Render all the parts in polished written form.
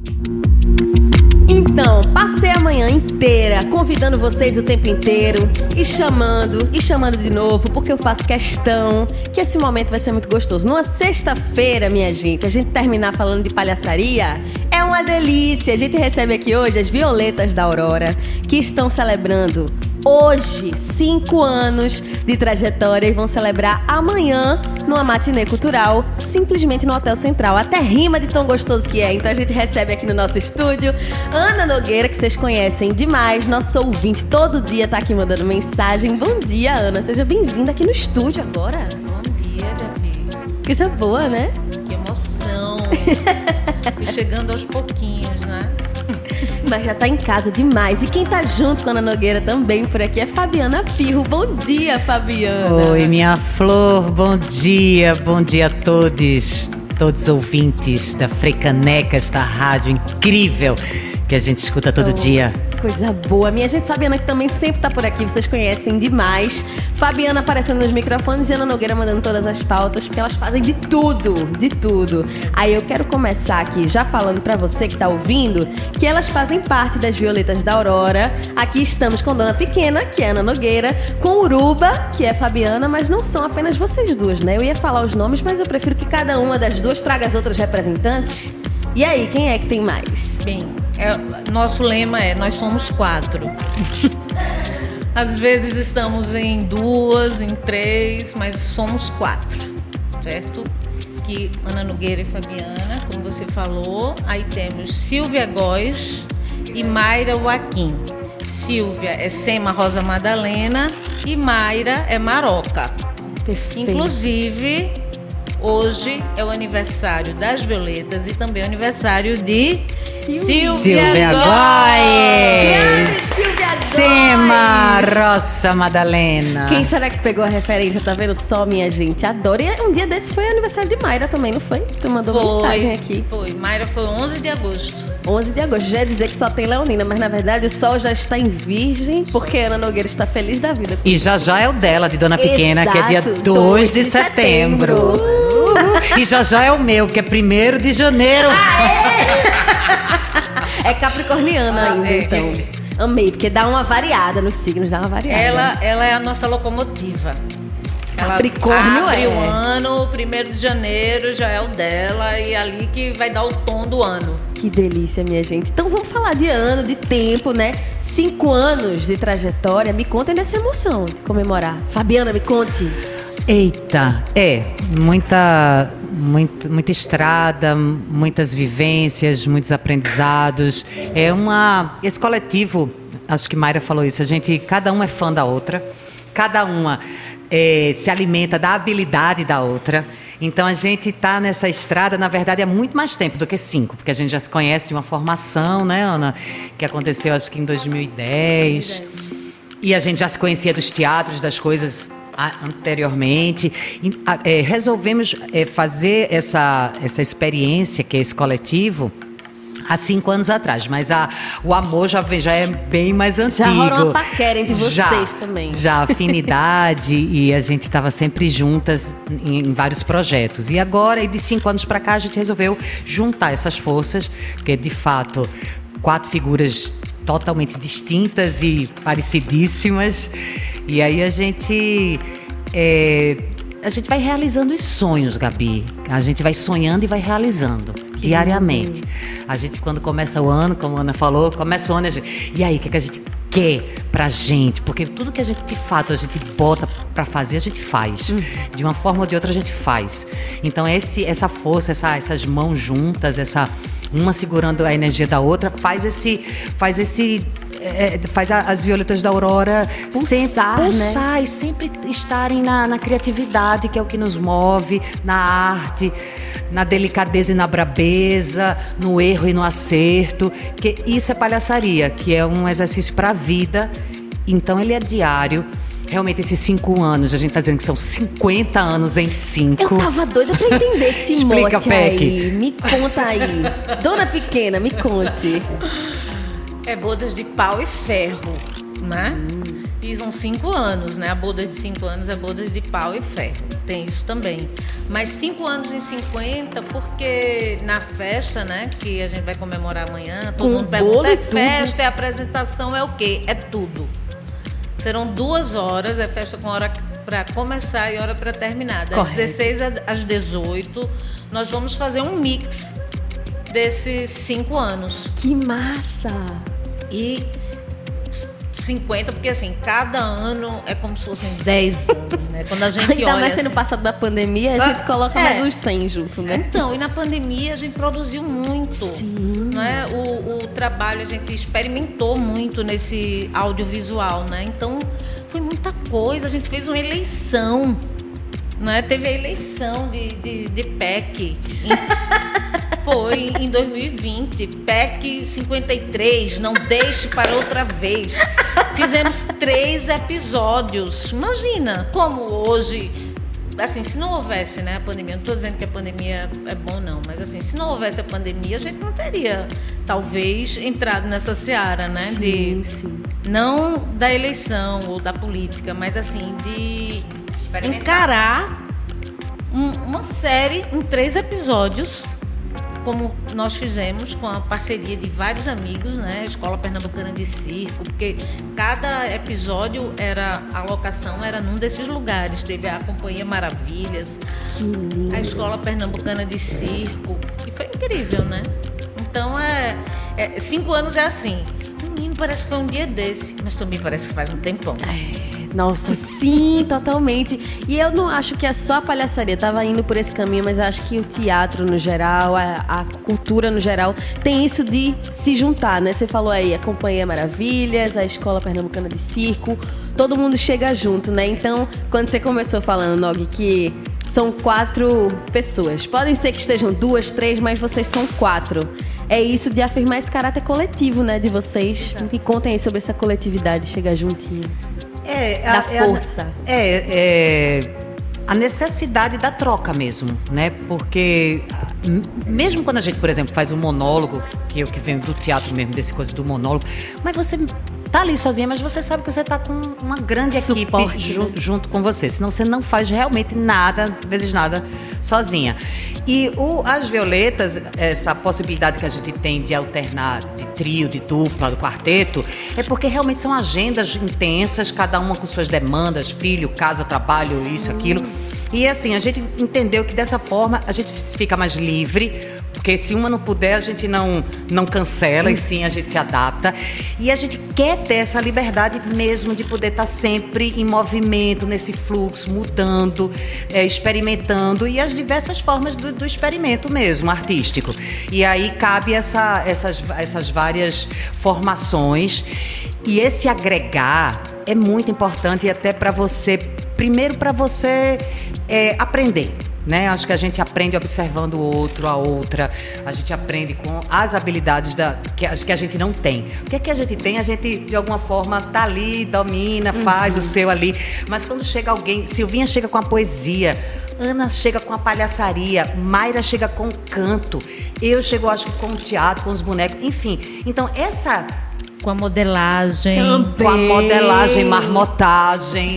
Então, passei a manhã inteira convidando vocês o tempo inteiro e chamando de novo, porque eu faço questão que esse momento vai ser muito gostoso. Numa sexta-feira, minha gente, a gente terminar falando de palhaçaria é uma delícia. A gente recebe aqui hoje as Violetas da Aurora, que estão celebrando hoje 5 anos de trajetória e vão celebrar amanhã numa matinê cultural, simplesmente no Hotel Central. Até rima de tão gostoso que é. Então a gente recebe aqui no nosso estúdio Ana Nogueira, que vocês conhecem demais, nosso ouvinte, todo dia tá aqui mandando mensagem. Bom dia, Ana, seja bem-vinda aqui no estúdio agora. Bom dia, Gabi. Coisa boa, né? Que emoção. Tô chegando aos pouquinhos, né? Mas já tá em casa demais. E quem tá junto com a Ana Nogueira também por aqui é Fabiana Pirro. Bom dia, Fabiana. Oi, minha flor. Bom dia a todos ouvintes da Frecaneca, esta rádio incrível que a gente escuta todo dia. Coisa boa. Minha gente, Fabiana, que também sempre tá por aqui, vocês conhecem demais. Fabiana aparecendo nos microfones e Ana Nogueira mandando todas as pautas, porque elas fazem de tudo, de tudo. Aí eu quero começar aqui já falando pra você que tá ouvindo, que elas fazem parte das Violetas da Aurora. Aqui estamos com Dona Pequena, que é Ana Nogueira, com Uruba, que é Fabiana, mas não são apenas vocês duas, né? Eu ia falar os nomes, mas eu prefiro que cada uma das duas traga as outras representantes. E aí, quem é que tem mais? Bem, nosso lema é: nós somos 4. Às vezes estamos em 2, em 3, mas somos 4, certo? Que Ana Nogueira e Fabiana, como você falou. Aí temos Silvia Góes e Mayra Joaquim. Silvia é Sema Rosa Madalena e Mayra é Maroca. Perfeito. Inclusive, hoje é o aniversário das Violetas e também o aniversário de Silvia Góes. Grande Silvia Góes. Sema Rosa Madalena. Quem será que pegou a referência? Tá vendo só, minha gente? Adoro. E um dia desse foi aniversário de Mayra também, não foi? Tu mandou mensagem aqui. Foi. Mayra foi 11 de agosto. 11 de agosto. Já ia dizer que só tem leonina, mas na verdade o sol já está em virgem, porque Ana Nogueira está feliz da vida. E já é o dela, de Dona Pequena, Exato, que é dia 2 de setembro. E já é o meu, que é 1º de janeiro. É capricorniana ainda, então. Amei, porque dá uma variada nos signos, dá uma variada. Ela é a nossa locomotiva. Ela Capricórnio abre o ano, 1º de janeiro já é o dela, e ali que vai dar o tom do ano. Que delícia, minha gente. Então vamos falar de ano, de tempo, né? 5 anos de trajetória. Me contem dessa emoção de comemorar. Fabiana, me conte. Eita, muita estrada, muitas vivências, muitos aprendizados. Esse coletivo, acho que Mayra falou isso, cada uma é fã da outra, cada uma se alimenta da habilidade da outra. Então a gente está nessa estrada, na verdade, há muito mais tempo do que 5, porque a gente já se conhece de uma formação, né, Ana? Que aconteceu acho que em 2010. E a gente já se conhecia dos teatros, das coisas anteriormente. Resolvemos fazer essa experiência, que é esse coletivo, há 5 anos atrás, mas o amor já é bem mais antigo. Já rolou uma paquera entre vocês também. Já, afinidade, e a gente estava sempre juntas em vários projetos. E agora, de 5 anos para cá, a gente resolveu juntar essas forças, porque, de fato, 4 figuras totalmente distintas e parecidíssimas. E aí a gente vai realizando os sonhos, Gabi. A gente vai sonhando e vai realizando diariamente. A gente, quando começa o ano, como a Ana falou, começa o ano, e aí, o que a gente quer pra gente? Porque tudo que a gente, de fato, a gente bota pra fazer, a gente faz. De uma forma ou de outra, a gente faz. Então, essa força, essas mãos juntas, uma segurando a energia da outra, faz as Violetas da Aurora pulsar, né? E sempre estarem na criatividade, que é o que nos move, na arte, na delicadeza e na brabeza, no erro e no acerto, que isso é palhaçaria, que é um exercício para a vida. Então ele é diário. Realmente, esses 5 anos, a gente tá dizendo que são 50 anos em 5. Eu tava doida pra entender esse Explica, mote Peck. aí. Me conta aí. Dona Pequena, me conte. É bodas de pau e ferro, né? pisam 5 anos, né? A boda de 5 anos é boda de pau e ferro. Tem isso também. Mas 5 anos em 50, porque na festa, né? Que a gente vai comemorar amanhã, todo mundo pergunta, é festa, é apresentação, é o quê? É tudo. Serão 2 horas, é festa com hora para começar e hora para terminar. Das 16 às 18, nós vamos fazer um mix desses 5 anos. Que massa! E 50, porque assim, cada ano é como se fossem 10 anos, né? Quando a gente ainda olha mais sendo assim, passado da pandemia, a gente coloca mais uns 100 junto, né? Então, e na pandemia a gente produziu muito. Sim. Né? O trabalho, a gente experimentou muito nesse audiovisual, né? Então, foi muita coisa. A gente fez uma eleição, né? Teve a eleição de PEC. Foi em 2020, PEC 53, não deixe para outra vez. Fizemos 3 episódios. Imagina como hoje, assim, se não houvesse, né, a pandemia, não estou dizendo que a pandemia é bom não, mas assim, se não houvesse a pandemia, a gente não teria, talvez, entrado nessa seara, né, Sim. não da eleição ou da política, mas assim, de encarar uma série em 3 episódios, como nós fizemos com a parceria de vários amigos, né? Escola Pernambucana de Circo, porque cada episódio a locação era num desses lugares. Teve a Companhia Maravilhas, a Escola Pernambucana de Circo, e foi incrível, né? Então, 5 anos é assim. Menino, parece que foi um dia desse, mas também parece que faz um tempão. Nossa, sim, totalmente. E eu não acho que é só a palhaçaria, eu tava indo por esse caminho, mas acho que o teatro no geral, a cultura no geral, tem isso de se juntar, né? Você falou aí, a Companhia Maravilhas, a Escola Pernambucana de Circo, todo mundo chega junto, né? Então, quando você começou falando, Nog, que são 4 pessoas, podem ser que estejam 2, 3, mas vocês são 4. É isso de afirmar esse caráter coletivo, né, de vocês. Me contem aí sobre essa coletividade, chegar juntinho. Da força. A necessidade da troca mesmo, né? Porque mesmo quando a gente, por exemplo, faz um monólogo, que eu que venho do teatro mesmo, desse coisa do monólogo, mas você tá ali sozinha, mas você sabe que você tá com uma grande equipe junto com você, senão você não faz realmente nada, às vezes nada, sozinha. E as Violetas, essa possibilidade que a gente tem de alternar de trio, de dupla, do quarteto, é porque realmente são agendas intensas, cada uma com suas demandas, filho, casa, trabalho, isso, aquilo. E assim, a gente entendeu que dessa forma a gente fica mais livre, porque se uma não puder, a gente não cancela, e sim a gente se adapta. E a gente quer ter essa liberdade mesmo de poder estar sempre em movimento, nesse fluxo, mudando, experimentando, e as diversas formas do experimento mesmo, artístico. E aí cabe essas várias formações. E esse agregar é muito importante, e até para você, primeiro para você aprender. Né? Acho que a gente aprende observando o outro, a outra. A gente aprende com as habilidades que a gente não tem. O que é que a gente tem? A gente, de alguma forma, tá ali, domina, faz o seu ali. Mas quando chega alguém... Silvinha chega com a poesia, Ana chega com a palhaçaria, Mayra chega com o canto, eu chego, acho que, com o teatro, com os bonecos, enfim. Então, essa... Com a modelagem. Também. Com a modelagem, marmotagem...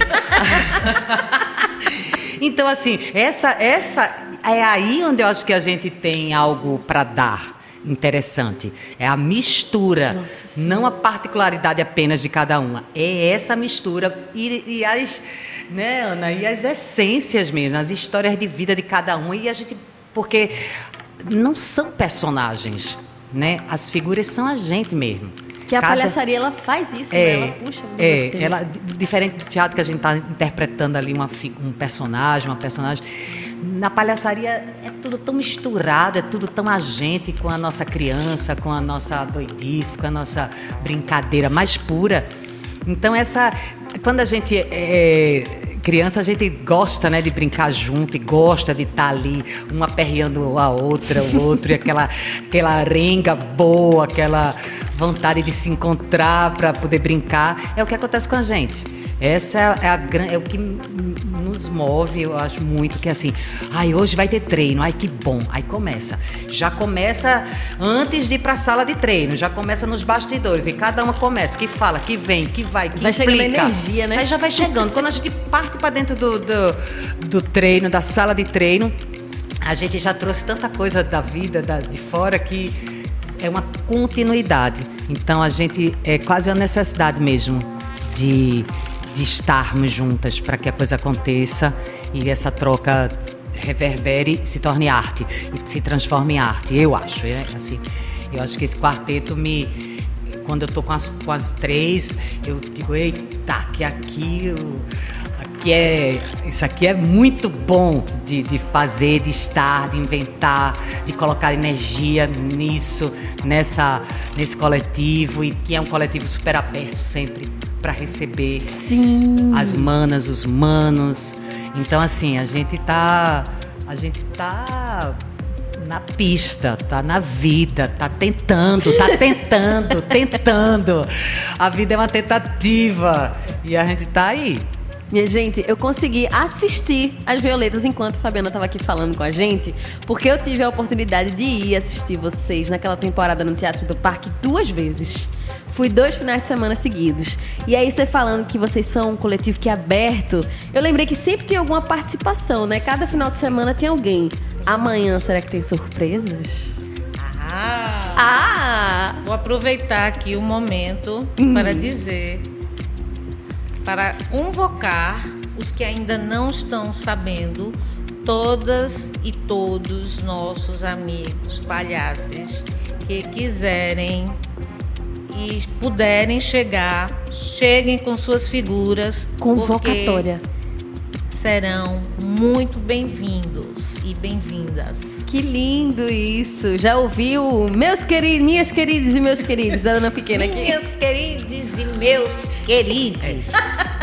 Então, assim, essa é aí onde eu acho que a gente tem algo para dar interessante. É a mistura, não a particularidade apenas de cada uma. É essa mistura e as, né, Ana, e as essências mesmo, as histórias de vida de cada um. E a gente, porque não são personagens, né? As figuras são a gente mesmo. Que a palhaçaria, ela faz isso, né? Ela puxa você. Ela, diferente do teatro que a gente está interpretando ali um personagem, uma personagem, na palhaçaria é tudo tão misturado, é tudo tão a gente, com a nossa criança, com a nossa doidice, com a nossa brincadeira mais pura. Então, quando a gente criança, a gente gosta, né, de brincar junto e gosta de estar ali, uma aperreando a outra, o outro, e aquela arenga boa, aquela vontade de se encontrar para poder brincar. É o que acontece com a gente. Essa é o que nos move, eu acho muito, que assim, ai, hoje vai ter treino, ai, que bom. Aí começa. Já começa antes de ir pra sala de treino, já começa nos bastidores, e cada uma começa, que fala, que vem, que vai, que vai implica. Chegando a energia, né? Aí já vai chegando. Quando a gente parte pra dentro do treino, da sala de treino, a gente já trouxe tanta coisa da vida, de fora, que é uma continuidade. Então, a gente é quase uma necessidade mesmo de estarmos juntas para que a coisa aconteça e essa troca reverbere, se torne arte e se transforme em arte. Eu acho, assim, eu acho que esse quarteto quando eu tô com as três, eu digo, eita, isso aqui é muito bom de fazer, de estar, de inventar, de colocar energia nisso, nesse coletivo, e que é um coletivo super aberto sempre para receber. Sim. As manas, os manos. Então, assim, a gente tá na pista, tá na vida, tá tentando. A vida é uma tentativa e a gente tá aí. Minha gente, eu consegui assistir as Violetas enquanto a Fabiana estava aqui falando com a gente, porque eu tive a oportunidade de ir assistir vocês naquela temporada no Teatro do Parque 2 vezes. Fui 2 finais de semana seguidos. E aí você falando que vocês são um coletivo que é aberto, eu lembrei que sempre tem alguma participação, né? Cada final de semana tem alguém. Amanhã, será que tem surpresas? Vou aproveitar aqui o momento para dizer, para convocar os que ainda não estão sabendo, todas e todos nossos amigos palhaços que quiserem e puderem chegar, cheguem com suas figuras. Convocatória. Serão muito bem-vindos e bem-vindas. Que lindo isso! Já ouviu? Minhas queridas e meus queridos da Dona Pequena aqui. Minhas queridas e meus queridos.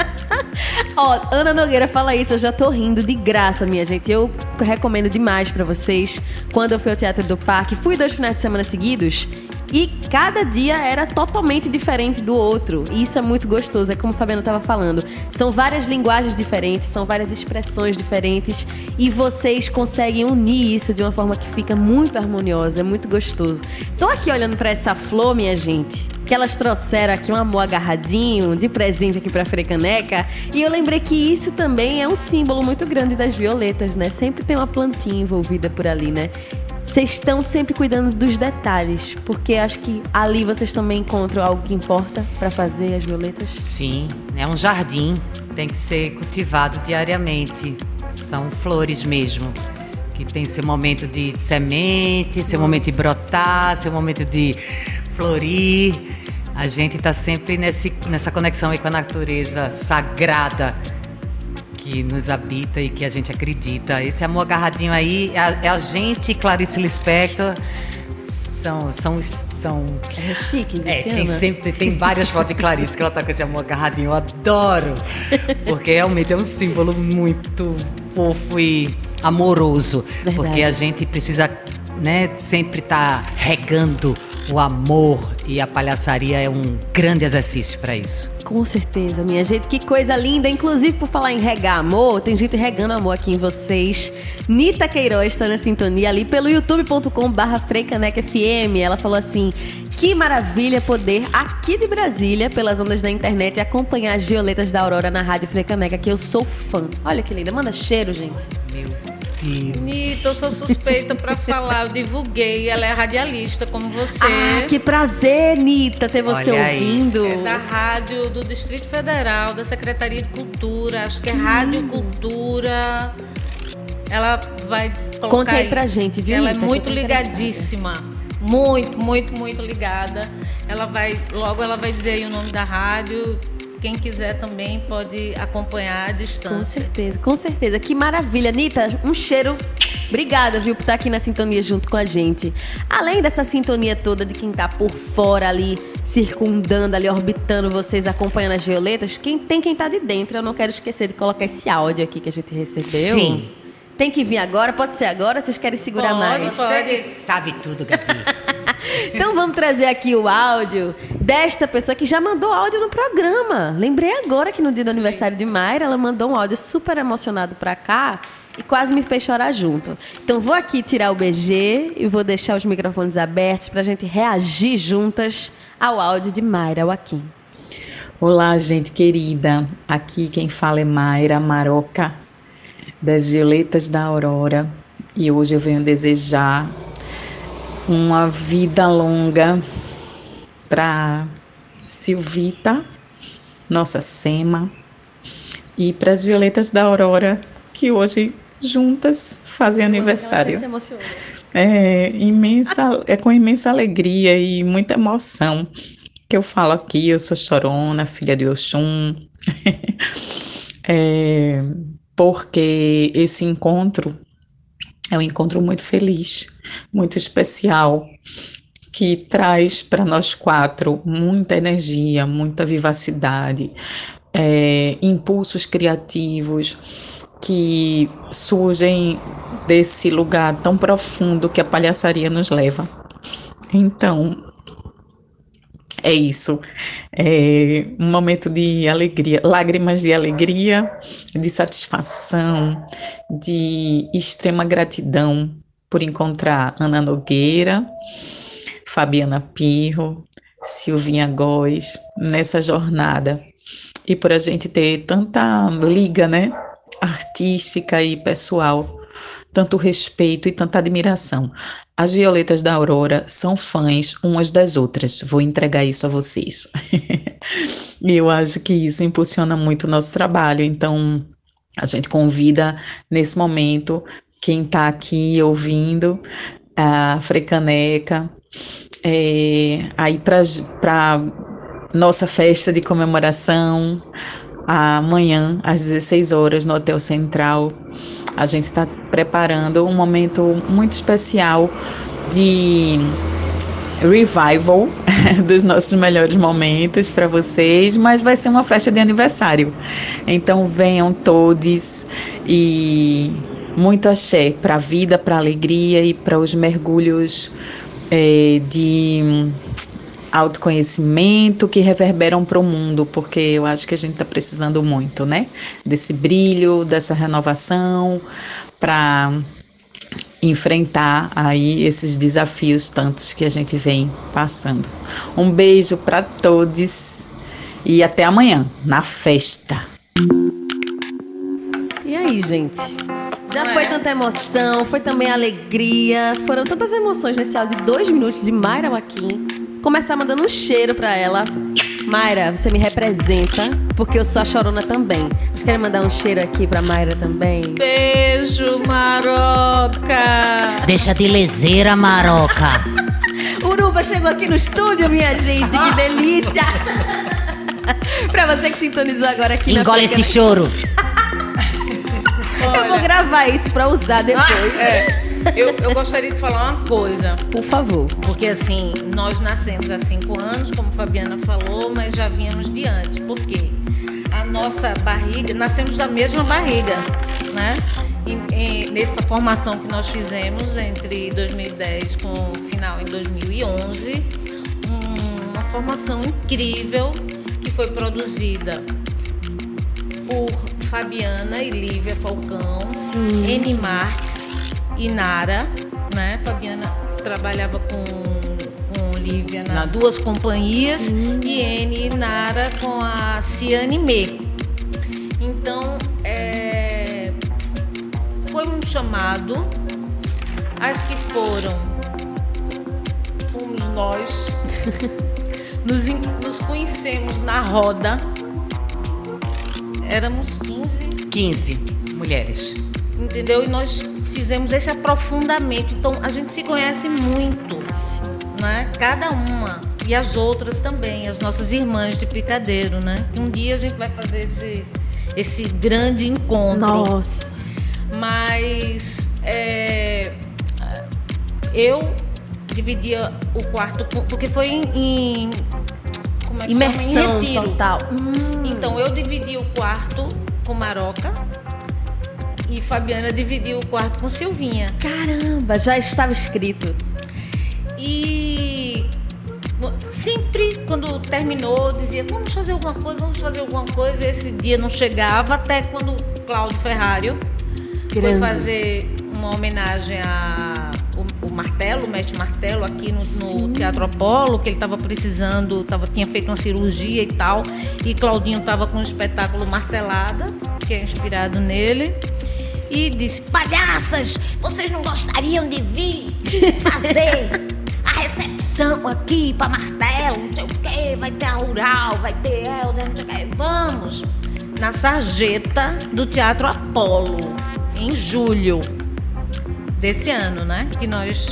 Ó, Ana Nogueira fala isso, eu já tô rindo de graça, minha gente. Eu recomendo demais pra vocês. Quando eu fui ao Teatro do Parque, fui 2 finais de semana seguidos. E cada dia era totalmente diferente do outro. E isso é muito gostoso, é como a Fabiana estava falando. São várias linguagens diferentes, são várias expressões diferentes. E vocês conseguem unir isso de uma forma que fica muito harmoniosa, é muito gostoso. Tô aqui olhando para essa flor, minha gente, que elas trouxeram aqui um amor agarradinho de presente aqui pra Frecaneca. E eu lembrei que isso também é um símbolo muito grande das Violetas, né? Sempre tem uma plantinha envolvida por ali, né? Vocês estão sempre cuidando dos detalhes, porque acho que ali vocês também encontram algo que importa para fazer as violetas. Sim, é um jardim, tem que ser cultivado diariamente. São flores mesmo, que tem seu momento de semente, seu momento de brotar, seu momento de florir. A gente está sempre nessa conexão aí com a natureza sagrada que nos habita e que a gente acredita. Esse amor agarradinho aí, é a gente, Clarice Lispector, são É chique, tem várias fotos de Clarice que ela tá com esse amor agarradinho, eu adoro, porque realmente é um símbolo muito fofo e amoroso. Verdade. Porque a gente precisa, né, sempre estar regando o amor, e a palhaçaria é um grande exercício para isso. Com certeza, minha gente. Que coisa linda. Inclusive, por falar em regar amor, tem gente regando amor aqui em vocês. Nita Queiroz está na sintonia ali pelo youtube.com/FreicanecFM. Ela falou assim: que maravilha poder, aqui de Brasília, pelas ondas da internet, acompanhar as Violetas da Aurora na Rádio Frecaneca, que eu sou fã. Olha que linda. Manda cheiro, gente. Meu Deus. Nita, eu sou suspeita pra falar, eu divulguei, ela é radialista como você. Ah, que prazer, Nita, ter você ouvindo. É da rádio do Distrito Federal, da Secretaria de Cultura, acho que é Rádio Cultura. Ela vai colocar. Conte aí pra gente, viu, Ela Nita, é muito ligadíssima, muito ligada. Logo ela vai dizer aí o nome da rádio. Quem quiser também pode acompanhar à distância. Com certeza. Que maravilha. Nita, um cheiro. Obrigada, viu, por estar aqui na sintonia junto com a gente. Além dessa sintonia toda de quem tá por fora ali, circundando ali, orbitando vocês, acompanhando as violetas, quem tá de dentro. Eu não quero esquecer de colocar esse áudio aqui que a gente recebeu. Sim. Tem que vir agora? Pode ser agora? Vocês querem segurar mais? Você sabe tudo, Gabi. Então vamos trazer aqui o áudio desta pessoa que já mandou áudio no programa. Lembrei agora que no dia do aniversário de Mayra, ela mandou um áudio super emocionado pra cá e quase me fez chorar junto. Então vou aqui tirar o BG e vou deixar os microfones abertos pra gente reagir juntas ao áudio de Mayra Joaquim. Olá, gente querida. Aqui quem fala é Mayra Maroca, das Violetas da Aurora. E hoje eu venho desejar uma vida longa para Silvita, nossa Sema, e para as Violetas da Aurora, que hoje juntas fazem aniversário. É com imensa alegria e muita emoção que eu falo aqui. Eu sou chorona, filha de Oxum, porque esse encontro é um encontro muito feliz, muito especial, que traz para nós quatro muita energia, muita vivacidade, impulsos criativos que surgem desse lugar tão profundo que a palhaçaria nos leva. Então, é isso, um momento de alegria, lágrimas de alegria, de satisfação, de extrema gratidão por encontrar Ana Nogueira, Fabiana Pirro, Silvinha Góes nessa jornada e por a gente ter tanta liga, né, artística e pessoal, tanto respeito e tanta admiração. As Violetas da Aurora são fãs umas das outras. Vou entregar isso a vocês. E eu acho que isso impulsiona muito o nosso trabalho. Então, a gente convida, nesse momento, quem está aqui ouvindo, a Frecaneca, aí para nossa festa de comemoração, amanhã, às 16 horas, no Hotel Central. A gente está preparando um momento muito especial de revival dos nossos melhores momentos para vocês, mas vai ser uma festa de aniversário. Então venham todos e muito axé para a vida, para a alegria e para os mergulhos de autoconhecimento que reverberam para o mundo, porque eu acho que a gente está precisando muito, né? Desse brilho, dessa renovação, para enfrentar aí esses desafios tantos que a gente vem passando. Um beijo para todos e até amanhã, na festa. E aí, gente? Já foi tanta emoção, foi também alegria, foram tantas emoções nesse áudio de 2 minutos de Mayra Joaquim. Começar mandando um cheiro pra ela. Mayra, você me representa, porque eu sou a chorona também. Vocês querem mandar um cheiro aqui pra Mayra também? Beijo, Maroca! Deixa de leseira, Maroca. Uruba chegou aqui no estúdio, minha gente. Que delícia! Pra você que sintonizou agora aqui na Engole esse choro. Eu vou gravar isso pra usar depois. Eu gostaria de falar uma coisa. Por favor. Porque assim, nós nascemos há 5 anos, como Fabiana falou, mas já vínhamos de antes. Por quê? A nossa barriga, nascemos da mesma barriga, né? E nessa formação que nós fizemos entre 2010 com o final em 2011, uma formação incrível que foi produzida por Fabiana e Lívia Falcão, N. Marques e Nara, né? Fabiana trabalhava com Lívia nas 2 companhias, e N e Nara com a Ciane Me. Então, foi um chamado. As que fomos nós, nos conhecemos na roda. Éramos 15 mulheres. Entendeu? E nós fizemos esse aprofundamento. Então, a gente se conhece muito, né? Cada uma. E as outras também, as nossas irmãs de Picadeiro, né? Um dia a gente vai fazer esse grande encontro. Nossa! Mas eu dividia o quarto, porque foi em como é que imersão chama? Em retiro. Total. Então, eu dividi o quarto com Maroca e Fabiana dividiu o quarto com Silvinha. Caramba, já estava escrito. E quando terminou, dizia, vamos fazer alguma coisa. Esse dia não chegava, até quando o Cláudio Ferrário foi fazer uma homenagem o Martelo, o mestre Martelo, aqui no Teatro Apolo, que ele estava precisando, tinha feito uma cirurgia e tal, e Claudinho estava com um espetáculo Martelada, que é inspirado nele, e disse, palhaças, vocês não gostariam de vir fazer a recepção aqui para Martelo, não sei o quê, vai ter a Rural, vai ter Helder, não sei o quê, vamos, na sarjeta do Teatro Apolo, em julho desse ano, né? Que nós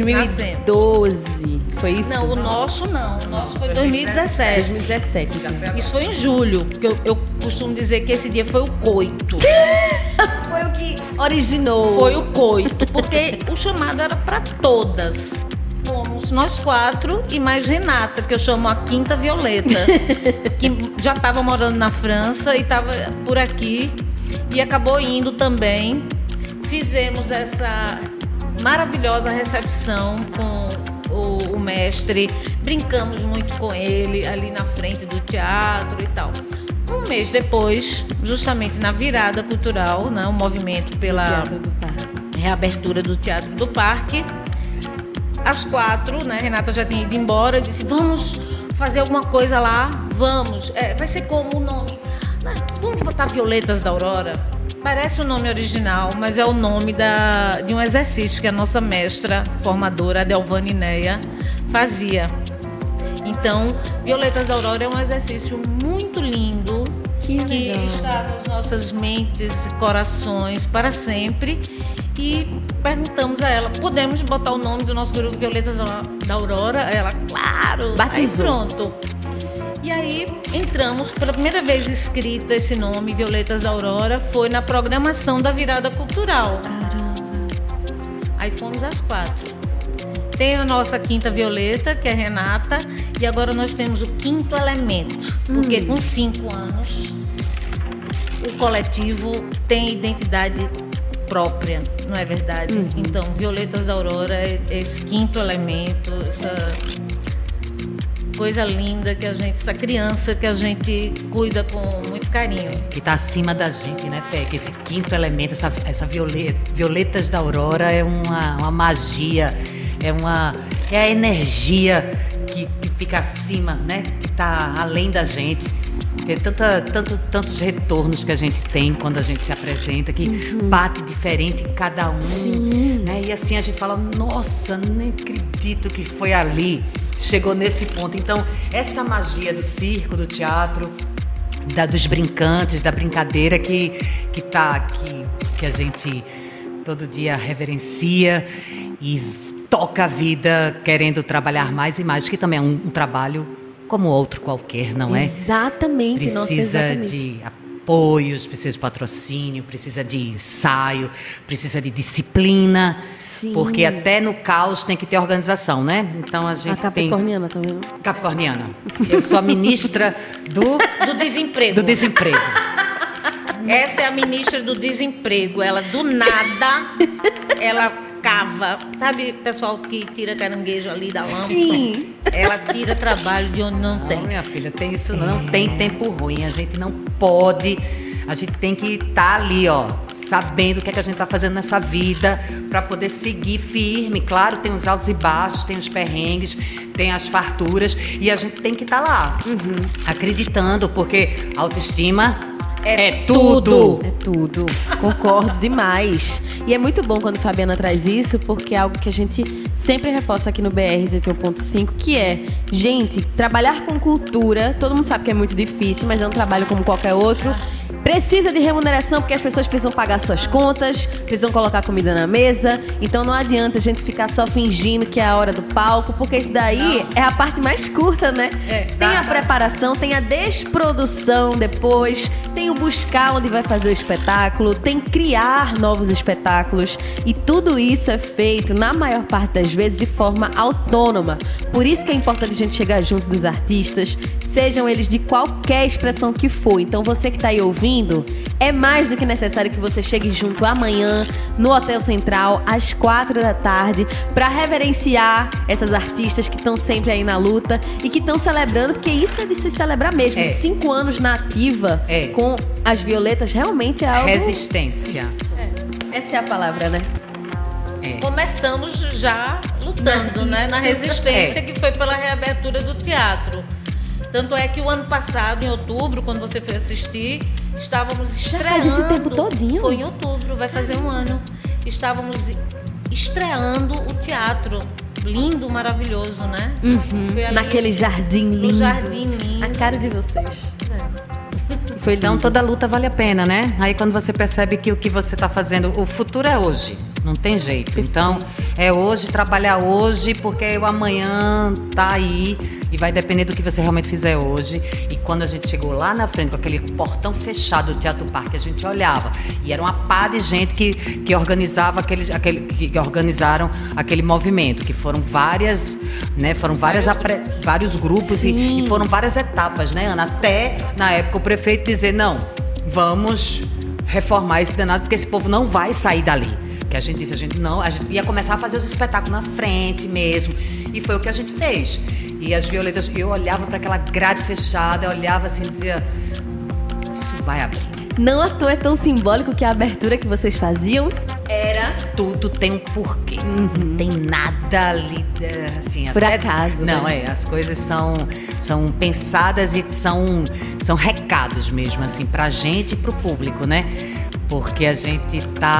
2012, foi isso? Não, o nosso não. O nosso foi 2017. 2017. Isso foi em julho, porque eu costumo dizer que esse dia foi o coito. Foi o que originou. Foi o coito, porque o chamado era para todas. Fomos nós 4 e mais Renata, que eu chamo a Quinta Violeta, que já estava morando na França e estava por aqui e acabou indo também. Fizemos essa maravilhosa recepção com o mestre, brincamos muito com ele ali na frente do teatro e tal. Um mês depois, justamente na virada cultural, né, o movimento pela reabertura do Teatro do Parque, as 4, né, Renata já tinha ido embora, disse, vamos fazer alguma coisa lá, vamos, vai ser como o nome? Vamos botar Violetas da Aurora? Parece o nome original, mas é o nome de um exercício que a nossa mestra formadora, Adelvane Neia, fazia. Então, Violetas da Aurora é um exercício muito lindo, que está nas nossas mentes e corações para sempre. E perguntamos a ela, podemos botar o nome do nosso grupo Violetas da Aurora? Ela, claro! Batizou. Aí pronto. E aí entramos, pela primeira vez escrito esse nome, Violetas da Aurora, foi na programação da virada cultural. Caramba. Aí fomos às 4. Tem a nossa Quinta Violeta, que é Renata, e agora nós temos o Quinto Elemento, porque com 5 anos o coletivo tem identidade própria, não é verdade? Então, Violetas da Aurora é esse quinto elemento, essa coisa linda que essa criança que a gente cuida com muito carinho. Que está acima da gente, né, Pé? Que esse quinto elemento, essa Violetas da Aurora é uma magia, é a energia que fica acima, né? Que está além da gente. Tem tantos retornos que a gente tem quando a gente se apresenta, que bate diferente em cada um. Sim. Né? E assim a gente fala, nossa, nem acredito que foi ali, chegou nesse ponto. Então, essa magia do circo, do teatro, dos brincantes, da brincadeira que tá aqui, que a gente todo dia reverencia e toca a vida querendo trabalhar mais e mais, que também é um trabalho como outro qualquer, não é? Exatamente. Precisa de apoios, precisa de patrocínio, precisa de ensaio, precisa de disciplina. Sim. Porque até no caos tem que ter organização, né? Então a gente Capricorniana também, não? Capricorniana. Eu sou a ministra do desemprego. Do desemprego. Essa é a ministra do desemprego. Ela, do nada, ela cava. Sabe, pessoal que tira caranguejo ali da lâmpada? Sim. Ela tira trabalho de onde não tem. Não, minha filha, tem isso não tem tempo ruim. A gente não pode. A gente tem que estar ali, ó, sabendo o que é que a gente está fazendo nessa vida para poder seguir firme. Claro, tem os altos e baixos, tem os perrengues, tem as farturas e a gente tem que estar lá, acreditando, porque autoestima é tudo. É tudo. Concordo demais. E é muito bom quando a Fabiana traz isso, porque é algo que a gente sempre reforça aqui no BR 101.5, que é, gente, trabalhar com cultura, todo mundo sabe que é muito difícil, mas é um trabalho como qualquer outro. Precisa de remuneração porque as pessoas precisam pagar suas contas, precisam colocar comida na mesa. Então não adianta a gente ficar só fingindo que é a hora do palco, porque isso daí é a parte mais curta, né? Tem a preparação, tem a desprodução depois, tem o buscar onde vai fazer o espetáculo, tem criar novos espetáculos. E tudo isso é feito, na maior parte das vezes de forma autônoma. Por isso que é importante a gente chegar junto dos artistas, sejam eles de qualquer expressão que for. Então você que está aí ouvindo, é mais do que necessário que você chegue junto amanhã no Hotel Central às 4h para reverenciar essas artistas que estão sempre aí na luta e que estão celebrando, porque isso é de se celebrar mesmo. 5 anos na ativa com as Violetas realmente é algo... Resistência. Essa é a palavra, né? Começamos já lutando, né? Na resistência que foi pela reabertura do teatro. Tanto é que o ano passado, em outubro, quando você foi assistir, estávamos estreando... Já faz esse tempo todinho? Foi em outubro, vai fazer um ano. Estávamos estreando o teatro. Lindo, maravilhoso, né? Naquele jardim lindo. No jardim lindo. A cara de vocês. Foi então toda luta vale a pena, né? Aí quando você percebe que o que você está fazendo, o futuro é hoje, não tem jeito. Então é hoje, trabalhar hoje, porque o amanhã tá aí e vai depender do que você realmente fizer hoje. E quando a gente chegou lá na frente com aquele portão fechado do Teatro Parque, a gente olhava e era uma pá de gente que organizava que organizaram aquele movimento, que foram várias, né? Foram vários grupos e foram várias etapas, né, Ana? Até na época o prefeito dizer, não, vamos reformar esse danado, porque esse povo não vai sair dali. Que a gente disse, a gente ia começar a fazer os espetáculos na frente mesmo. E foi o que a gente fez. E as Violetas, eu olhava para aquela grade fechada, eu olhava assim e dizia, isso vai abrir. Não à toa é tão simbólico que a abertura que vocês faziam era... Tudo tem um porquê. Não tem nada ali, assim... Por acaso, não, né? As coisas são pensadas e são recados mesmo, assim, pra gente e pro público, né? Porque a gente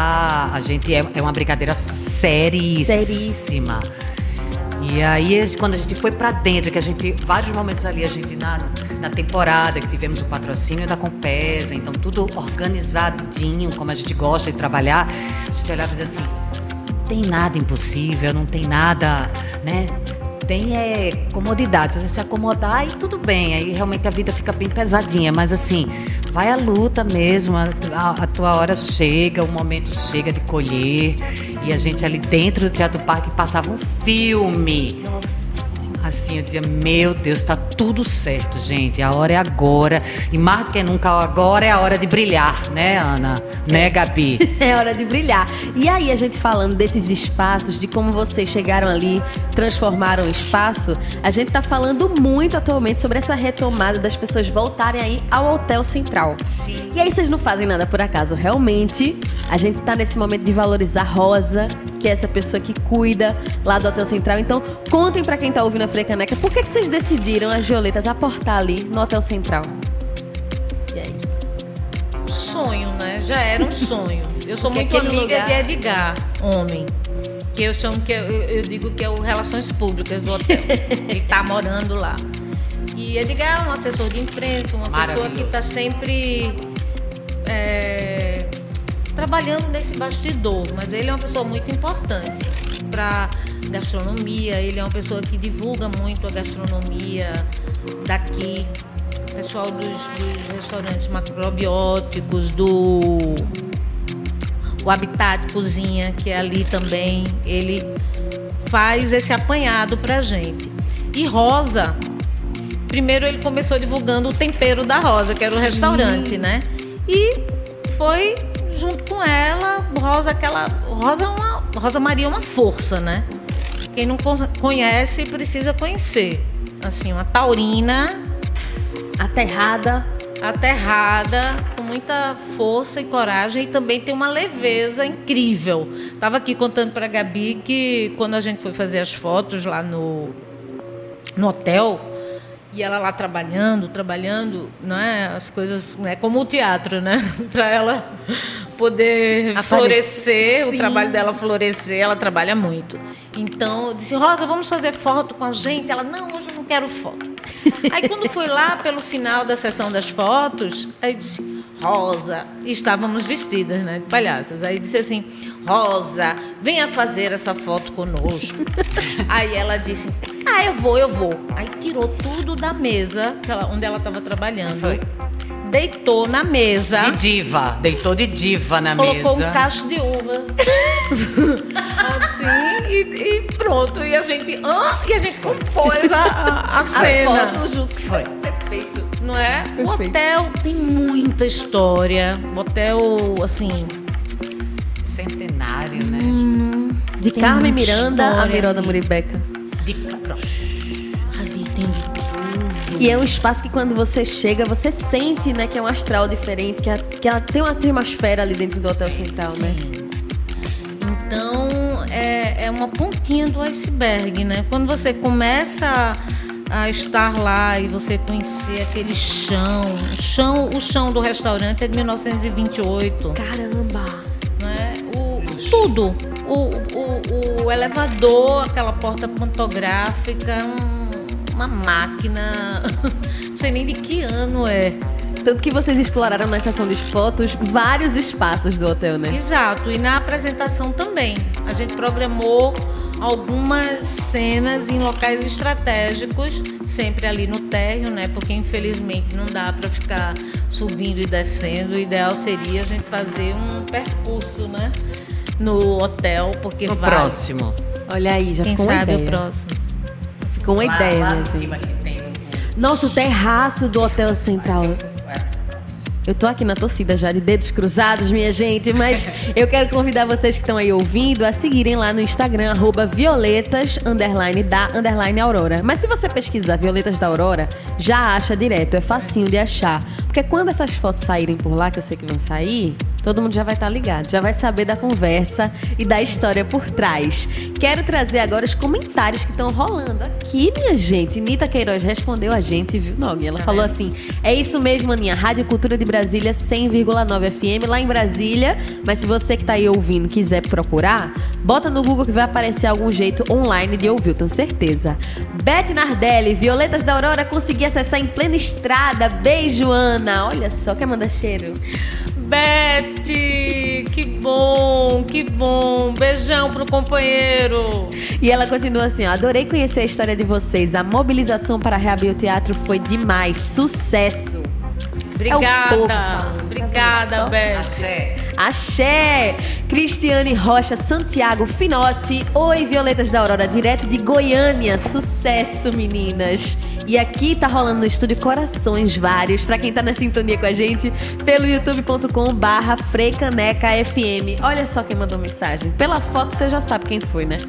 é uma brincadeira seríssima. E aí, quando a gente foi pra dentro, que a gente, vários momentos ali, a gente na temporada, que tivemos o patrocínio da Compesa, então tudo organizadinho, como a gente gosta de trabalhar, a gente olhava e dizia assim, não tem nada impossível, não tem nada, né? Tem comodidade, se você se acomodar, aí tudo bem, aí realmente a vida fica bem pesadinha, mas assim, vai à luta mesmo, a tua hora chega, o momento chega de colher, e a gente ali dentro do Teatro Parque passava um filme. Nossa. Assim, eu dizia, meu Deus, tá tudo certo, gente, a hora é agora, e mais do que nunca, agora é a hora de brilhar, né, Ana? Né, Gabi? É hora de brilhar. E aí, a gente falando desses espaços, de como vocês chegaram ali, transformaram o espaço, a gente tá falando muito atualmente sobre essa retomada das pessoas voltarem aí ao Hotel Central. Sim. E aí, vocês não fazem nada por acaso. Realmente, a gente tá nesse momento de valorizar Rosa, que é essa pessoa que cuida lá do Hotel Central. Então, contem pra quem tá ouvindo a Frecaneca, por que vocês decidiram, as Violetas, aportar ali no Hotel Central? E aí? Sonho, né? Já era um sonho. Eu sou muito amiga de Edgar, homem. Que eu chamo, eu digo que é o Relações Públicas do hotel. Ele tá morando lá. E Edgar é um assessor de imprensa, uma pessoa que está sempre trabalhando nesse bastidor, mas ele é uma pessoa muito importante para gastronomia, ele é uma pessoa que divulga muito a gastronomia daqui, o pessoal dos restaurantes macrobióticos, o Habitat Cozinha, que é ali também, ele faz esse apanhado pra gente. E Rosa, primeiro ele começou divulgando o Tempero da Rosa, que era o restaurante, né? E foi junto com ela, Rosa Maria é uma força, né? Quem não conhece precisa conhecer. Assim, uma taurina aterrada, com muita força e coragem, e também tem uma leveza incrível. Estava aqui contando para a Gabi que quando a gente foi fazer as fotos lá no hotel, e ela lá trabalhando, não é? As coisas, não é como o teatro, né? Para ela poder florescer, o trabalho dela florescer, ela trabalha muito. Então, eu disse, Rosa, vamos fazer foto com a gente? Ela, não, hoje eu não quero foto. Aí, quando foi lá pelo final da sessão das fotos, aí disse, Rosa, e estávamos vestidas, né, de palhaças. Aí disse assim, Rosa, venha fazer essa foto conosco. Aí ela disse, eu vou. Aí tirou tudo da mesa onde ela estava trabalhando. deitou na mesa. De diva, deitou de diva na Colocou mesa. um cacho de uva. Assim, e pronto. E a gente compôs a cena. A foto junto foi perfeito. Não é? Perfeito. O hotel tem muita história. O hotel, assim... Centenário, né? De Tem Carmen muita Miranda a história Miranda ali. Muribeca. Ali tem de tudo. E é um espaço que quando você chega, você sente, né, que é um astral diferente, que ela tem uma atmosfera ali dentro do Hotel Central, né? Então, é uma pontinha do iceberg, né? Quando você começa a estar lá e você conhecer aquele o chão do restaurante é de 1928. Caramba! Né? Tudo. O elevador, aquela porta pantográfica, uma máquina, não sei nem de que ano é. Tanto que vocês exploraram na sessão de fotos vários espaços do hotel, né? Exato, e na apresentação também. A gente programou algumas cenas em locais estratégicos, sempre ali no térreo, né? Porque infelizmente não dá para ficar subindo e descendo. O ideal seria a gente fazer um percurso, né? No hotel, porque No vai. próximo. Olha aí, já Quem ficou uma sabe ideia. o próximo. Ficou uma ideia, lá né, em gente? cima que tem Nossa, o terraço do Hotel Central. Eu tô aqui na torcida já, de dedos cruzados, minha gente, mas eu quero convidar vocês que estão aí ouvindo a seguirem lá no Instagram, @violetas_da_aurora. Mas se você pesquisar Violetas da Aurora, já acha direto, é facinho de achar. Porque quando essas fotos saírem por lá, que eu sei que vão sair, todo mundo já vai estar ligado, já vai saber da conversa e da história por trás. Quero trazer agora os comentários que estão rolando aqui, minha gente. Nita Queiroz respondeu a gente, viu, Nog? Ela falou assim, é isso mesmo, Aninha, Rádio Cultura de Brasília 100,9 FM, lá em Brasília. Mas se você que tá aí ouvindo quiser procurar, bota no Google que vai aparecer algum jeito online de ouvir, eu tenho certeza. Beth Nardelli, Violetas da Aurora, consegui acessar em plena estrada. Beijo, Ana. Olha só, quer mandar cheiro? Beth, que bom, que bom. Beijão pro companheiro. E ela continua assim, ó, adorei conhecer a história de vocês. A mobilização para reabrir o teatro foi demais. Sucesso. Obrigada, É o povo falando, obrigada, tá vendo só? Beth. Axé. Axé! Cristiane Rocha, Santiago Finotti. Oi, Violetas da Aurora, direto de Goiânia. Sucesso, meninas! E aqui tá rolando no estúdio corações vários, pra quem tá na sintonia com a gente, pelo youtube.com/FreiCanecaFM. Olha só quem mandou mensagem. Pela foto você já sabe quem foi, né?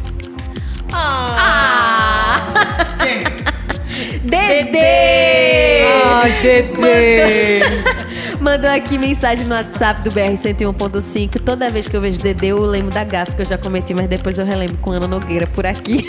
Dedê! Ai, Dedê! Mandou aqui mensagem no WhatsApp do BR 101.5. Toda vez que eu vejo Dedê, eu lembro da gafe que eu já cometi, mas depois eu relembro com Ana Nogueira por aqui.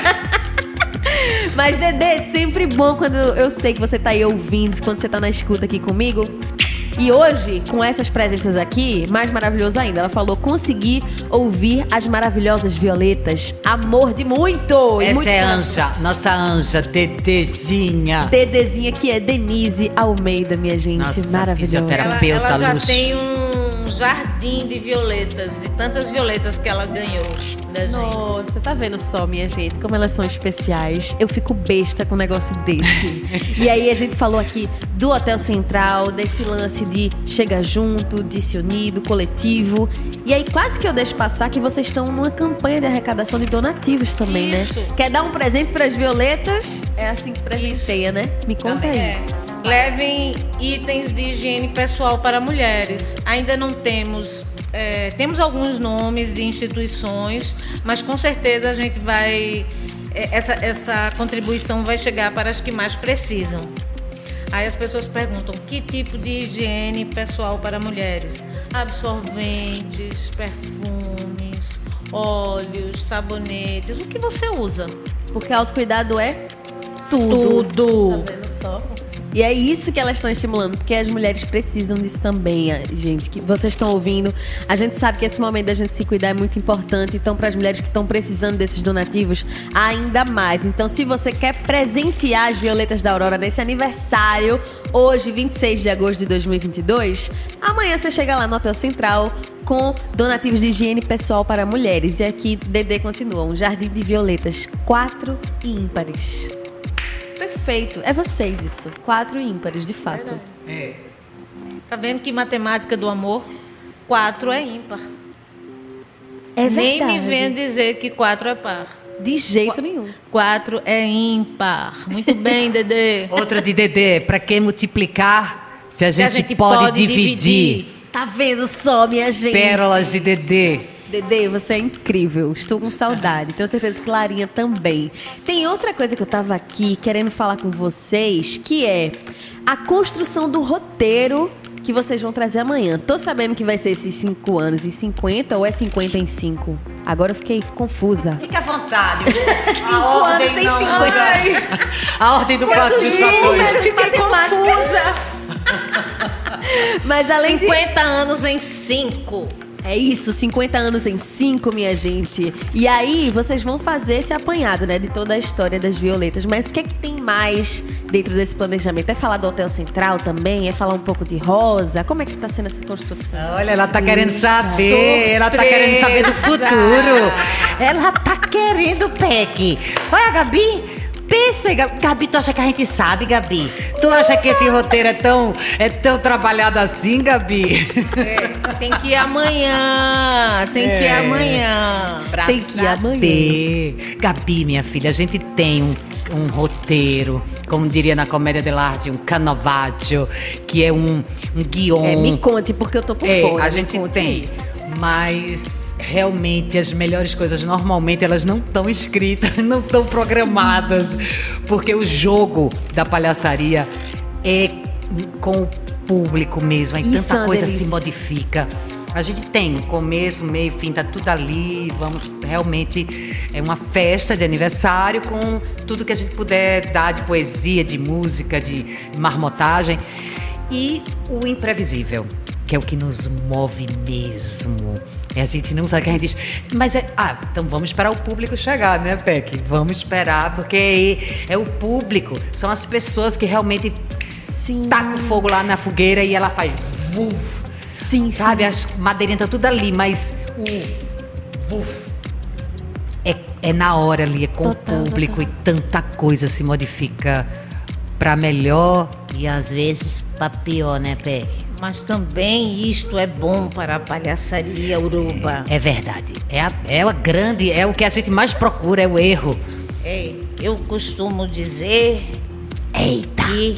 Mas, Dedê, é sempre bom quando eu sei que você tá aí ouvindo, quando você tá na escuta aqui comigo. E hoje, com essas presenças aqui, mais maravilhoso ainda. Ela falou, consegui ouvir as maravilhosas Violetas. Amor de muito! E Essa muito é coração. Anja, nossa Anja, Dedezinha. Dedezinha, que é Denise Almeida, minha gente. Nossa, maravilhosa. fisioterapeuta. Ela já Luz. tem um jardim de violetas, de tantas violetas que ela ganhou da gente. Nossa, você tá vendo só, minha gente, como elas são especiais. Eu fico besta com um negócio desse. E aí a gente falou aqui do Hotel Central, desse lance de chega junto, de se unir, do coletivo. E aí quase que eu deixo passar que vocês estão numa campanha de arrecadação de donativos também, Isso. né? Quer dar um presente pras Violetas? É assim que presenteia, né? Me conta aí. É. Levem itens de higiene pessoal para mulheres. Ainda não temos, temos alguns nomes de instituições, mas com certeza a gente vai, essa contribuição vai chegar para as que mais precisam. Aí as pessoas perguntam, que tipo de higiene pessoal para mulheres? Absorventes, perfumes, óleos, sabonetes, o que você usa? Porque autocuidado é tudo. Tudo. Tá vendo só? E é isso que elas estão estimulando, porque as mulheres precisam disso também, gente. Que vocês estão ouvindo. A gente sabe que esse momento da gente se cuidar é muito importante. Então, para as mulheres que estão precisando desses donativos, ainda mais. Então, se você quer presentear as Violetas da Aurora nesse aniversário, hoje, 26 de agosto de 2022, amanhã você chega lá no Hotel Central com donativos de higiene pessoal para mulheres. E aqui, Dedê continua, um jardim de violetas, 4 ímpares. Perfeito. É vocês isso. 4 ímpares, de fato. É. Tá vendo que matemática do amor? 4 é ímpar. É Nem verdade. me venha dizer que 4 é par. De jeito nenhum. 4 é ímpar. Muito bem, Dedê. Outra de Dedê, para que multiplicar se a gente pode dividir? Tá vendo só, minha gente? Pérolas de Dedê. Dedê, você é incrível. Estou com saudade. Tenho certeza que Larinha também. Tem outra coisa que eu tava aqui querendo falar com vocês, que é a construção do roteiro que vocês vão trazer amanhã. Tô sabendo que vai ser esses 5 anos em 50 ou é 50 em 5? Agora eu fiquei confusa. Fica à vontade. 5 anos em 50. A ordem do fato dos fatores. Fiquei confusa. Mas além de... 50 anos em 5. É isso, 50 anos em 5, minha gente. E aí, vocês vão fazer esse apanhado, né, de toda a história das Violetas. Mas o que é que tem mais dentro desse planejamento? É falar do Hotel Central também? É falar um pouco de Rosa? Como é que tá sendo essa construção? Olha, ela tá querendo saber. Ela tá querendo saber do futuro. Ela tá querendo, Peck. Olha, Gabi. Pensa, Gabi, tu acha que a gente sabe, Gabi? Tu acha que esse roteiro é tão trabalhado assim, Gabi? Tem que ir amanhã. Tem que ir amanhã. Tem que ir amanhã. Gabi, minha filha, a gente tem um roteiro, como diria na comédia dell'arte, um canovaccio, que é um guion. Me conte, porque eu tô por fora. A gente tem. Mas realmente as melhores coisas normalmente elas não estão escritas, não estão programadas, porque o jogo da palhaçaria é com o público mesmo, aí Isso tanta é coisa delícia. se modifica. A gente tem começo, meio, fim, tá tudo ali. Vamos realmente é uma festa de aniversário com tudo que a gente puder dar de poesia, de música, de marmotagem e o imprevisível, que é o que nos move mesmo. A gente não sabe o que a gente diz. Mas então vamos esperar o público chegar, né, Peck? Vamos esperar, porque é o público. São as pessoas que realmente tacam fogo lá na fogueira e ela faz vuf. Sim, sabe? As madeirinhas estão tudo ali, mas o vuf é na hora ali, é com o público. E tanta coisa se modifica pra melhor e às vezes pra pior, né, Peck? Mas também isto é bom para a palhaçaria, Uruba. É verdade. É o que a gente mais procura, é o erro. Eu costumo dizer que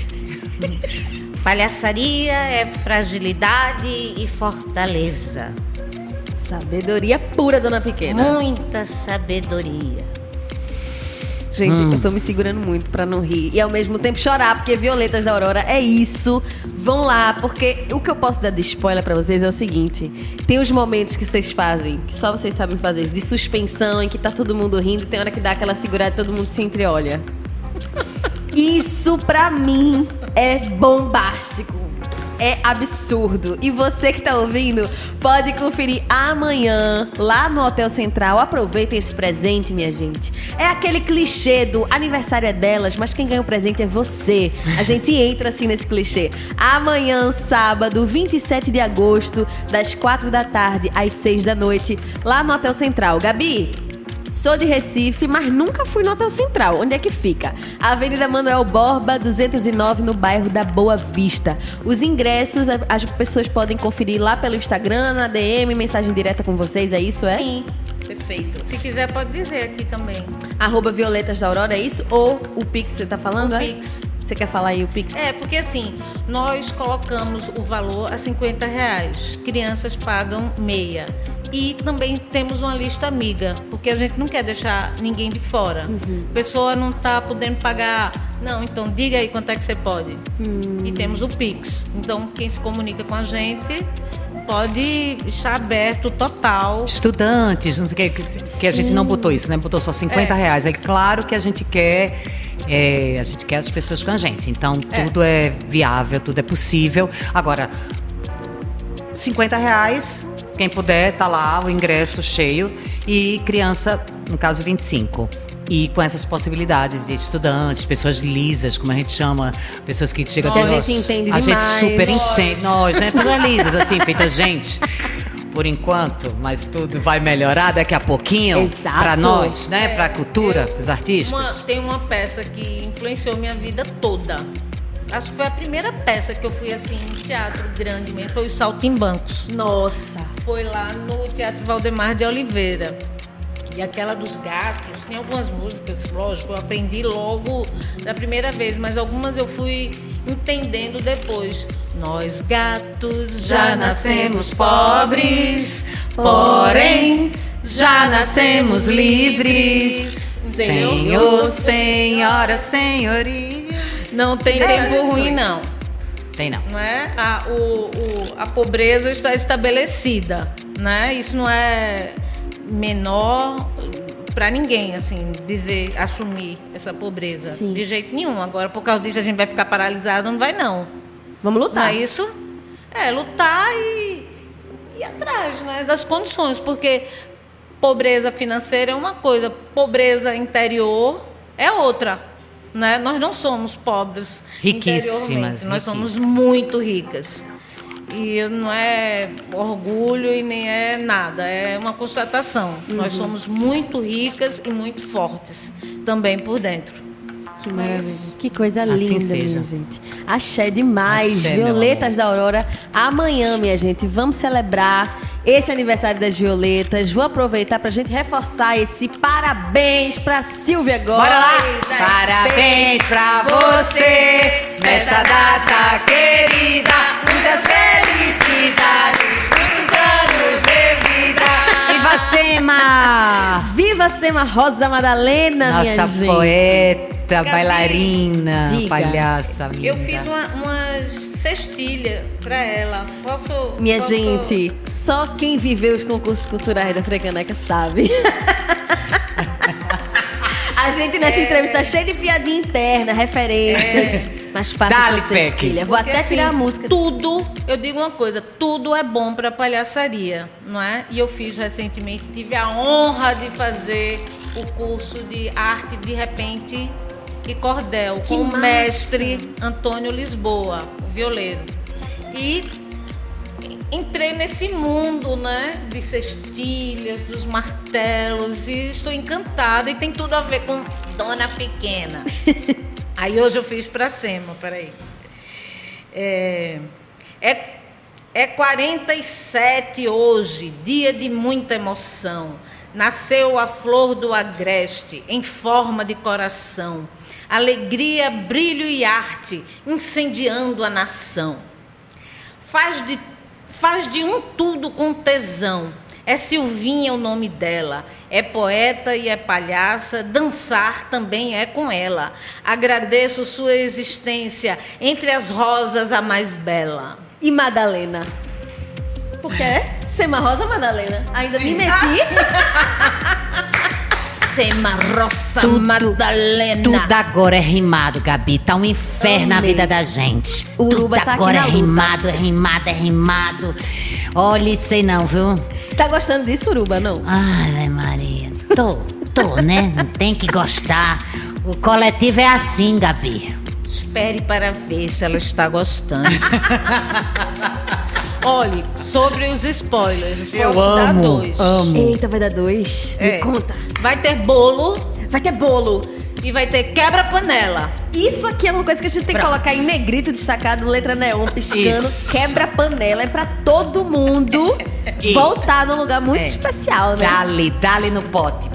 palhaçaria é fragilidade e fortaleza. Sabedoria pura, dona Pequena. Muita sabedoria. Gente, eu tô me segurando muito pra não rir e ao mesmo tempo chorar, porque Violetas da Aurora é isso. Vão lá, porque o que eu posso dar de spoiler pra vocês é o seguinte: tem os momentos que vocês fazem, que só vocês sabem fazer, de suspensão, em que tá todo mundo rindo, tem hora que dá aquela segurada e todo mundo se entreolha. Isso pra mim é bombástico. É absurdo. E você que tá ouvindo, pode conferir amanhã lá no Hotel Central. Aproveitem esse presente, minha gente. É aquele clichê do aniversário é delas, mas quem ganha o presente é você. A gente entra assim nesse clichê. Amanhã, sábado, 27 de agosto, das 4 da tarde às 6 da noite, lá no Hotel Central. Gabi, sou de Recife, mas nunca fui no Hotel Central. Onde é que fica? Avenida Manuel Borba, 209, no bairro da Boa Vista. Os ingressos, as pessoas podem conferir lá pelo Instagram, na DM, mensagem direta com vocês, é isso, é? Sim. Perfeito. Se quiser, pode dizer aqui também. @Violetas da Aurora, é isso? Ou o Pix, você tá falando? O Pix. Você quer falar aí o Pix? Porque assim, nós colocamos o valor a R$50. Crianças pagam meia. E também temos uma lista amiga, porque a gente não quer deixar ninguém de fora. A pessoa não está podendo pagar. Não, então diga aí quanto é que você pode. E temos o Pix. Então, quem se comunica com a gente pode estar aberto total. Estudantes, não sei o que a gente não botou isso, né? Botou só R$50. É claro que a gente quer as pessoas com a gente. Então, tudo é viável, tudo é possível. Agora, R$50, quem puder, tá lá o ingresso cheio. E criança, no caso, 25. E com essas possibilidades de estudantes, pessoas lisas, como a gente chama, pessoas que chegam Que a gente entende a demais. gente super entende. Nós, né? Pessoas lisas, assim, feita gente. por enquanto, mas tudo vai melhorar daqui a pouquinho. Exato. Para nós, né? Para a cultura, os artistas. Tem uma peça que influenciou minha vida toda. Acho que foi a primeira peça que eu fui assim em teatro grande mesmo, foi o Saltimbancos. Nossa. Foi lá no Teatro Valdemar de Oliveira. E aquela dos gatos, tem algumas músicas, lógico, eu aprendi logo da primeira vez, mas algumas eu fui entendendo depois. Nós gatos já nascemos pobres, porém já nascemos livres. Entendeu? Senhor, senhora, senhoria. Não tem tempo ruim, não. Tem não. Não é? A pobreza está estabelecida, né? Isso não é menor para ninguém, assim, assumir essa pobreza. Sim. De jeito nenhum. Agora, por causa disso, a gente vai ficar paralisado, não vai, não. Vamos lutar. Não é isso? É, lutar e ir atrás, né, das condições, porque pobreza financeira é uma coisa, pobreza interior é outra, né? Nós não somos pobres Riquíssimas. Nós somos muito ricas. E não é orgulho e nem é nada, é uma constatação. Nós somos muito ricas e muito fortes também por dentro. Que maravilha. Que coisa Assim linda, seja. minha gente. Axé demais. Axé, meu Violetas da Aurora. Amanhã, minha gente, vamos celebrar esse aniversário das Violetas. Vou aproveitar pra gente reforçar esse parabéns pra Silvia Góes. Bora lá! Parabéns pra você nesta data querida. Muitas felicidades, muitos anos de vida. Viva Sema! Viva Sema Rosa Madalena, Nossa minha gente. poeta, bailarina, Diga. palhaça. Eu linda. fiz umas cestilhas para ela. Posso? Minha gente, só quem viveu os concursos culturais da Frecaneca sabe. A gente nessa entrevista tá cheia de piadinha interna, referências. Mas faça Dá-lhe, essa cestilha. Vou Porque, até assim, tirar a música. Tudo, eu digo uma coisa, tudo é bom para palhaçaria, não é? E eu fiz recentemente, tive a honra de fazer o curso de arte de repente e cordel Que com massa. o mestre Antônio Lisboa, o violeiro. E entrei nesse mundo, né, de cestilhas, dos martelos, e estou encantada, e tem tudo a ver com Dona Pequena. Aí hoje eu fiz para Sema, peraí. É 47 hoje, dia de muita emoção. Nasceu a flor do agreste em forma de coração. Alegria, brilho e arte, incendiando a nação. Faz de um tudo com tesão. É Silvinha o nome dela. É poeta e é palhaça. Dançar também é com ela. Agradeço sua existência. Entre as rosas, a mais bela. E Madalena? Por quê? Sema Rosa Madalena. Ainda me meti? Sema Rosa Tudo- Madalena. Tudo agora é rimado, Gabi. Tá um inferno na Amei. vida da gente. Uruba Tudo tá aqui agora na é luta. rimado, é rimado, é rimado. Olha, sei não, viu? Tá gostando disso, Uruba, não? Ai, Maria. Tô, né? Tem que gostar. O coletivo é assim, Gabi. Espere para ver se ela está gostando. Olhe, sobre os spoilers. Eu posso dar amo, 2. amo. Eita, vai dar 2? É. Me conta. Vai ter bolo Vai ter bolo. e vai ter quebra-panela. Isso aqui é uma coisa que a gente tem que colocar em negrito destacado, letra neon, piscando. Isso. Quebra-panela. É pra todo mundo E- voltar num lugar muito É. especial, né? Dale no pote.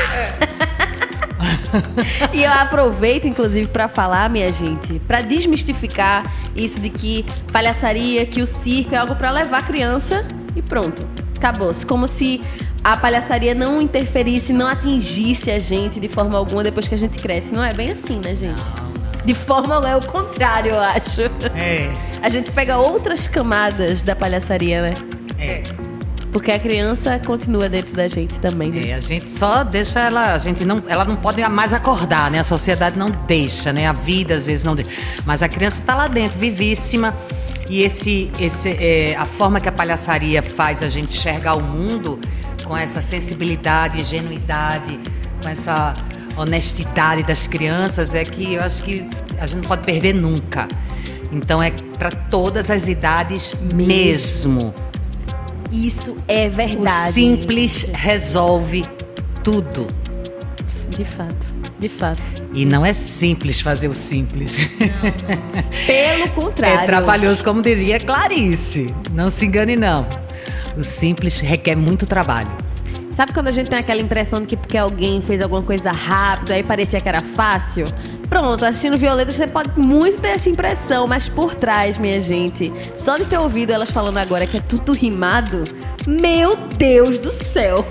E eu aproveito, inclusive, pra falar, minha gente, pra desmistificar isso de que palhaçaria, que o circo é algo pra levar a criança e pronto. Acabou-se. Como se a palhaçaria não interferisse, não atingisse a gente de forma alguma depois que a gente cresce. Não é bem assim, né, gente? De forma alguma, é o contrário, eu acho. É. A gente pega outras camadas da palhaçaria, né? É. Porque a criança continua dentro da gente também, né? A gente só deixa ela, ela não pode mais acordar, né? A sociedade não deixa, né? A vida às vezes não deixa. Mas a criança tá lá dentro, vivíssima. E a forma que a palhaçaria faz a gente enxergar o mundo com essa sensibilidade, ingenuidade, com essa honestidade das crianças é que eu acho que a gente não pode perder nunca. Então é para todas as idades mesmo. Isso é verdade. O simples resolve tudo. De fato. De fato. E não é simples fazer o simples. Pelo contrário. É trabalhoso, como diria Clarice. Não se engane, não. O simples requer muito trabalho. Sabe quando a gente tem aquela impressão de que porque alguém fez alguma coisa rápido, aí parecia que era fácil? Pronto, assistindo Violetas você pode muito ter essa impressão, mas por trás, minha gente, só de ter ouvido elas falando agora que é tudo rimado, meu Deus do céu.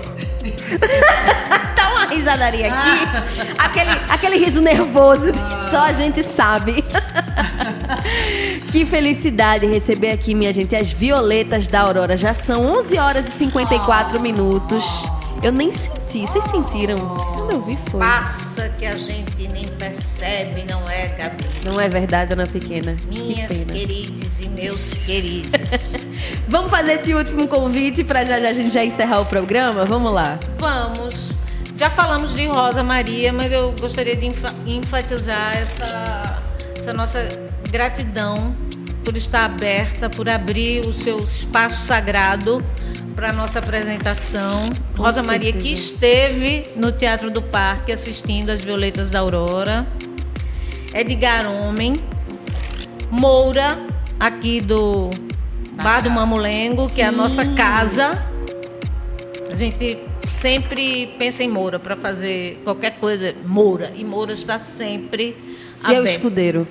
Dá uma risadaria aqui. Aquele riso nervoso, só a gente sabe. Que felicidade receber aqui, minha gente, as Violetas da Aurora. Já são 11 horas e 54 minutos. Eu nem senti. Vocês sentiram? Quando eu vi foi. Passa que a gente nem percebe, não é, Gabi? Não é verdade, dona Pequena? Minhas queridas e meus queridos. Vamos fazer esse último convite para a gente já encerrar o programa? Vamos lá. Vamos. Já falamos de Rosa Maria, mas eu gostaria de enfatizar essa nossa gratidão por estar aberta, por abrir o seu espaço sagrado para a nossa apresentação. Com Rosa Maria, certeza. que esteve no Teatro do Parque assistindo as Violetas da Aurora. Edgar Homem. Moura, aqui do Bar do Mamulengo, que é a nossa casa. A gente sempre pensa em Moura para fazer qualquer coisa. Moura. E Moura está sempre Fiel aberto. escudeiro.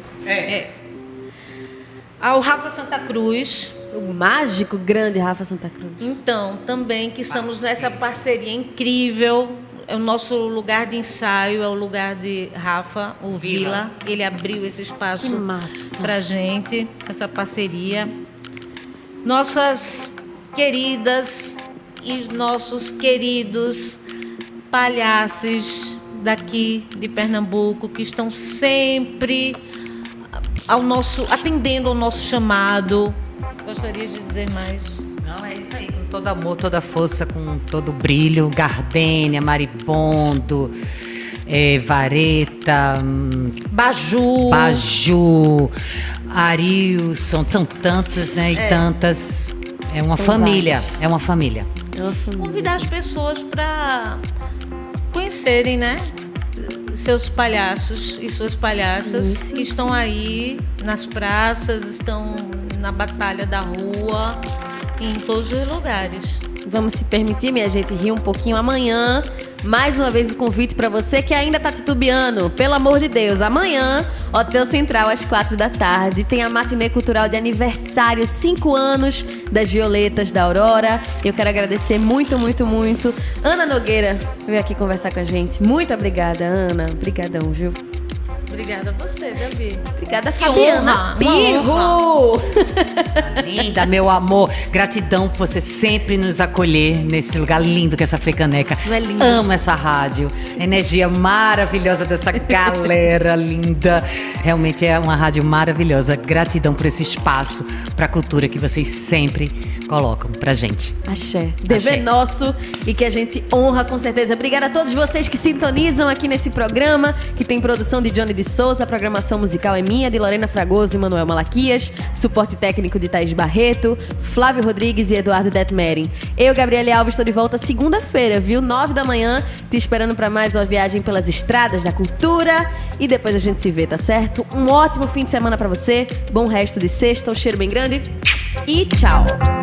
Ao Rafa Santa Cruz. O mágico grande Rafa Santa Cruz. Então, também que estamos nessa parceria incrível. É o nosso lugar de ensaio, é o lugar de Rafa, o Vila. Ele abriu esse Que espaço massa. pra gente, essa parceria. Nossas queridas e nossos queridos palhaços daqui de Pernambuco, que estão sempre atendendo ao nosso chamado. Gostaria de dizer mais. Não, é isso aí, com todo amor, toda força, com todo brilho. Gardênia, Maribondo, Vareta, Baju, Arilson, são tantas, né? E tantas. É uma São família, vários. é uma família. É uma família. convidar as pessoas para conhecerem, né? Seus palhaços e suas palhaças Sim, que estão aí nas praças, estão na batalha da rua, em todos os lugares. Vamos se permitir, minha gente, rir um pouquinho amanhã. Mais uma vez o convite para você que ainda tá titubeando. Pelo amor de Deus, amanhã, Hotel Central, às 4 da tarde, tem a matinê cultural de aniversário, 5 anos das Violetas da Aurora. Eu quero agradecer muito, muito, muito. Ana Nogueira veio aqui conversar com a gente. Muito obrigada, Ana. Obrigadão, viu? Obrigada a você, Gabi. Obrigada, Que Fabiana honra, Birro. Linda, meu amor. Gratidão por você sempre nos acolher nesse lugar lindo que é essa Frecaneca. Não é lindo? Amo essa rádio. Energia maravilhosa dessa galera linda. Realmente é uma rádio maravilhosa. Gratidão por esse espaço pra cultura que vocês sempre colocam pra gente. Axé. Dever Axé. nosso e que a gente honra com certeza. Obrigada a todos vocês que sintonizam aqui nesse programa, que tem produção de Johnny de Souza, a programação musical é minha, de Lorena Fragoso e Manuel Malaquias, suporte técnico de Thaís Barreto, Flávio Rodrigues e Eduardo Detmerin. Eu, Gabriele Alves, estou de volta segunda-feira, viu? 9 da manhã, te esperando para mais uma viagem pelas estradas da cultura e depois a gente se vê, tá certo? Um ótimo fim de semana para você, bom resto de sexta, um cheiro bem grande e tchau!